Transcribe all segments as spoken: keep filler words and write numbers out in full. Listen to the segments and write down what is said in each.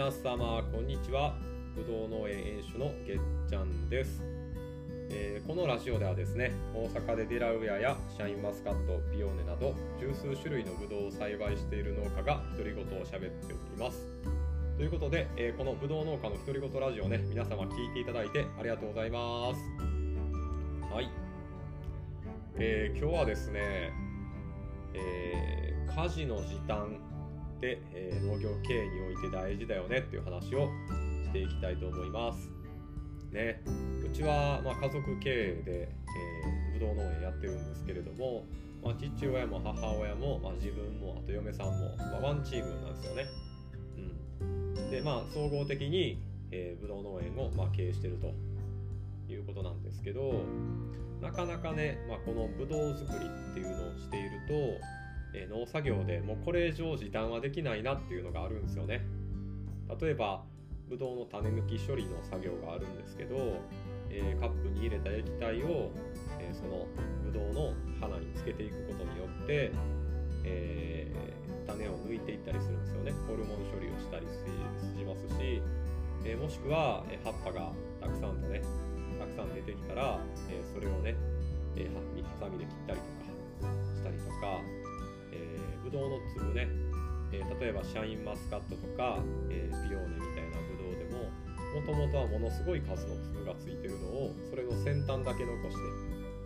皆様こんにちは。ぶどう農園園主のげっちゃんです、えー、このラジオではですね、大阪でデラウェアやシャインマスカット、ピオーネなど十数種類のぶどうを栽培している農家が独り言を喋っております。ということで、えー、このぶどう農家の独り言ラジオね、皆様聞いていただいてありがとうございます。はい、えー、今日はですね、えー、家事の時短で、えー、農業経営において大事だよねっていう話をしていきたいと思いますね。うちは、まあ、家族経営で、えー、ぶどう農園やってるんですけれども、まあ、父親も母親も、まあ、自分もあと嫁さんも、まあ、ワンチームなんですよね。うん、でまあ総合的に、えー、ぶどう農園を、まあ、経営してるということなんですけど、なかなかね、まあ、このぶどう作りっていうのをしていると、えー、農作業でもうこれ以上時短はできないなっていうのがあるんですよね。例えばぶどうの種抜き処理の作業があるんですけど、えー、カップに入れた液体を、えー、そのぶどうの花につけていくことによって、えー、種を抜いていったりするんですよね。ホルモン処理をしたりしますし、えー、もしくは、えー、葉っぱがたくさんとねたくさん出てきたら、えー、それをね、えー、ハサミで切ったりとかしたりとか、えー、ぶどうの粒ね、えー、例えばシャインマスカットとか、えー、ピオーネみたいなぶどうでももともとはものすごい数の粒がついてるのをそれの先端だけ残して、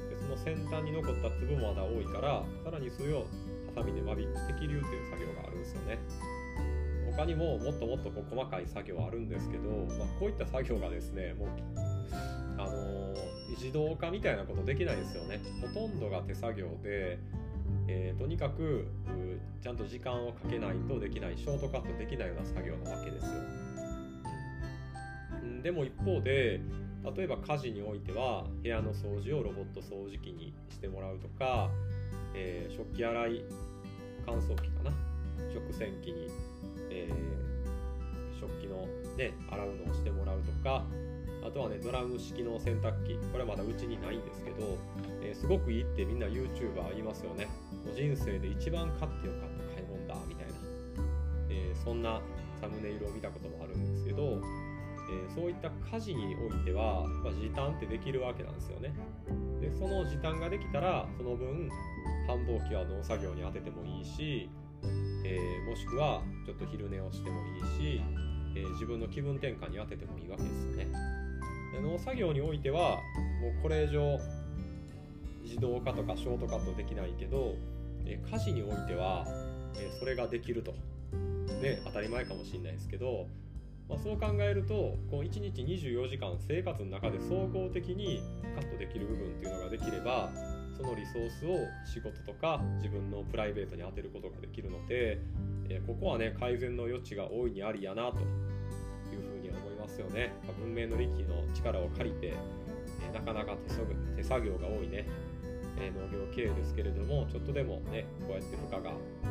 でその先端に残った粒もまだ多いから、さらにそれをハサミで間引く摘粒っていう作業があるんですよね。他にももっともっとこう細かい作業はあるんですけど、まあ、こういった作業がですね、もうあのー、自動化みたいなことできないですよね。ほとんどが手作業で、えー、とにかくちゃんと時間をかけないとできない、ショートカットできないような作業なわけですよ。でも一方で、例えば家事においては部屋の掃除をロボット掃除機にしてもらうとか、えー、食器洗い乾燥機かな、食洗機に、えー、食器の、ね、洗うのをしてもらうとか、あとはねドラム式の洗濯機、これはまだうちにないんですけど、えー、すごくいいってみんな YouTuber 言いますよね。もう人生で一番買ってよかった買い物だみたいな、えー、そんなサムネイルを見たこともあるんですけど、えー、そういった家事においては、まあ、時短ってできるわけなんですよね。でその時短ができたらその分繁忙期は農作業に当ててもいいし、えー、もしくはちょっと昼寝をしてもいいし、えー、自分の気分転換に当ててもいいわけですよね。で農作業においてはもうこれ以上自動化とかショートカットできないけど、えー、家事においては、えー、それができると、ね、当たり前かもしれないですけど、まあ、そう考えるとこういちにちにじゅうよじかん生活の中で総合的にカットできる部分っていうのができれば、そのリソースを仕事とか自分のプライベートに当てることができるので、えー、ここはね改善の余地が大いにありやなというふうに思いますよね。まあ、文明の利器の力を借りて、えー、なかなか 手, 手作業が多いね、えー、農業経営ですけれども、ちょっとでもねこうやって負荷が、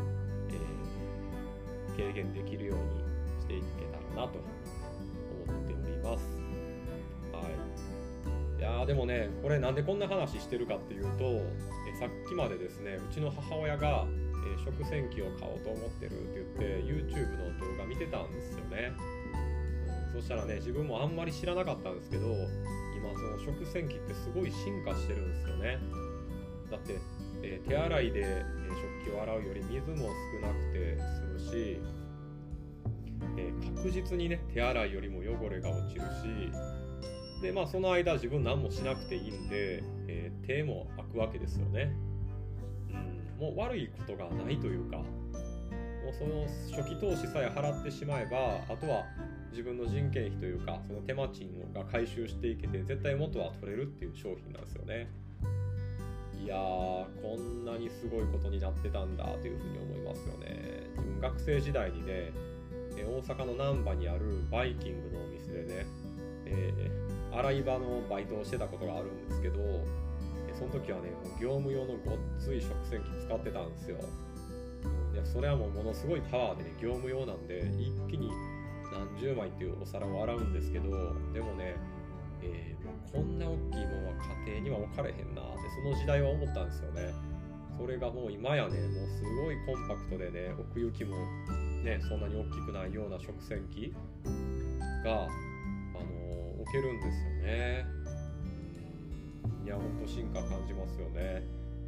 えー、軽減できるようにしていけたらなと思っております。はい、いやーでもね、これなんでこんな話してるかっていうと、えさっきまでですね、うちの母親が、えー、食洗機を買おうと思ってるって言って YouTube の動画見てたんですよね。うん、そしたらね、自分もあんまり知らなかったんですけど、今その食洗機ってすごい進化してるんですよね。だって、えー、手洗いで、えー、食器を洗うより水も少なくて済むし、えー、確実にね手洗いよりも汚れが落ちるし、でまあその間自分何もしなくていいんで、えー、手も空くわけですよね。うん、もう悪いことがないというか、もうその初期投資さえ払ってしまえば、あとは自分の人件費というかその手間賃が回収していけて絶対元は取れるっていう商品なんですよね。いやー、こんなにすごいことになってたんだというふうに思いますよね。自分学生時代にね、大阪の難波にあるバイキングのお店でね、えー、洗い場のバイトをしてたことがあるんですけど、その時はねもう業務用のごっつい食洗機使ってたんですよ。でそれはもうものすごいパワーでね、業務用なんで一気に何十枚っていうお皿を洗うんですけど、でもね、えー、もうこんな大きいものは家庭には置かれへんなってその時代は思ったんですよね。 それがもう今やね、もうすごいコンパクトでね、奥行きもねそんなに大きくないような食洗機が、あのー、置けるんですよね。うん、いや、ほんと進化感じますよね。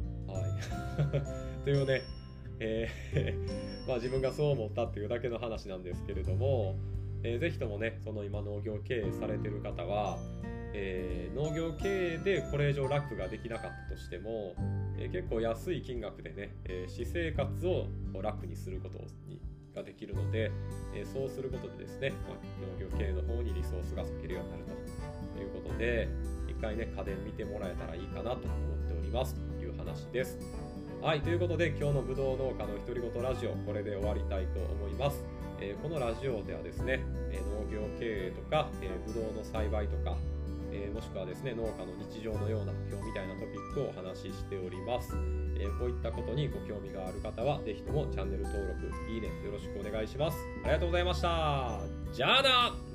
はいというね、えーまあ、自分がそう思ったっていうだけの話なんですけれども、えー、ぜひともね、その今農業経営されてる方は、えー、農業経営でこれ以上楽ができなかったとしても、えー、結構安い金額でね、えー、私生活を楽にすることにができるので、えー、そうすることでですね、まあ、農業経営の方にリソースが割けるようになるということで、一回ね家電見てもらえたらいいかなと思っておりますという話です。はい、ということで今日のぶどう農家の独り言ラジオ、これで終わりたいと思います。えー、このラジオではですね、えー、農業経営とか、えー、ぶどうの栽培とか、えー、もしくはですね農家の日常のような今日みたいなトピックをお話ししております。えー、こういったことにご興味がある方はぜひともチャンネル登録、いいねよろしくお願いします。ありがとうございました。じゃあな。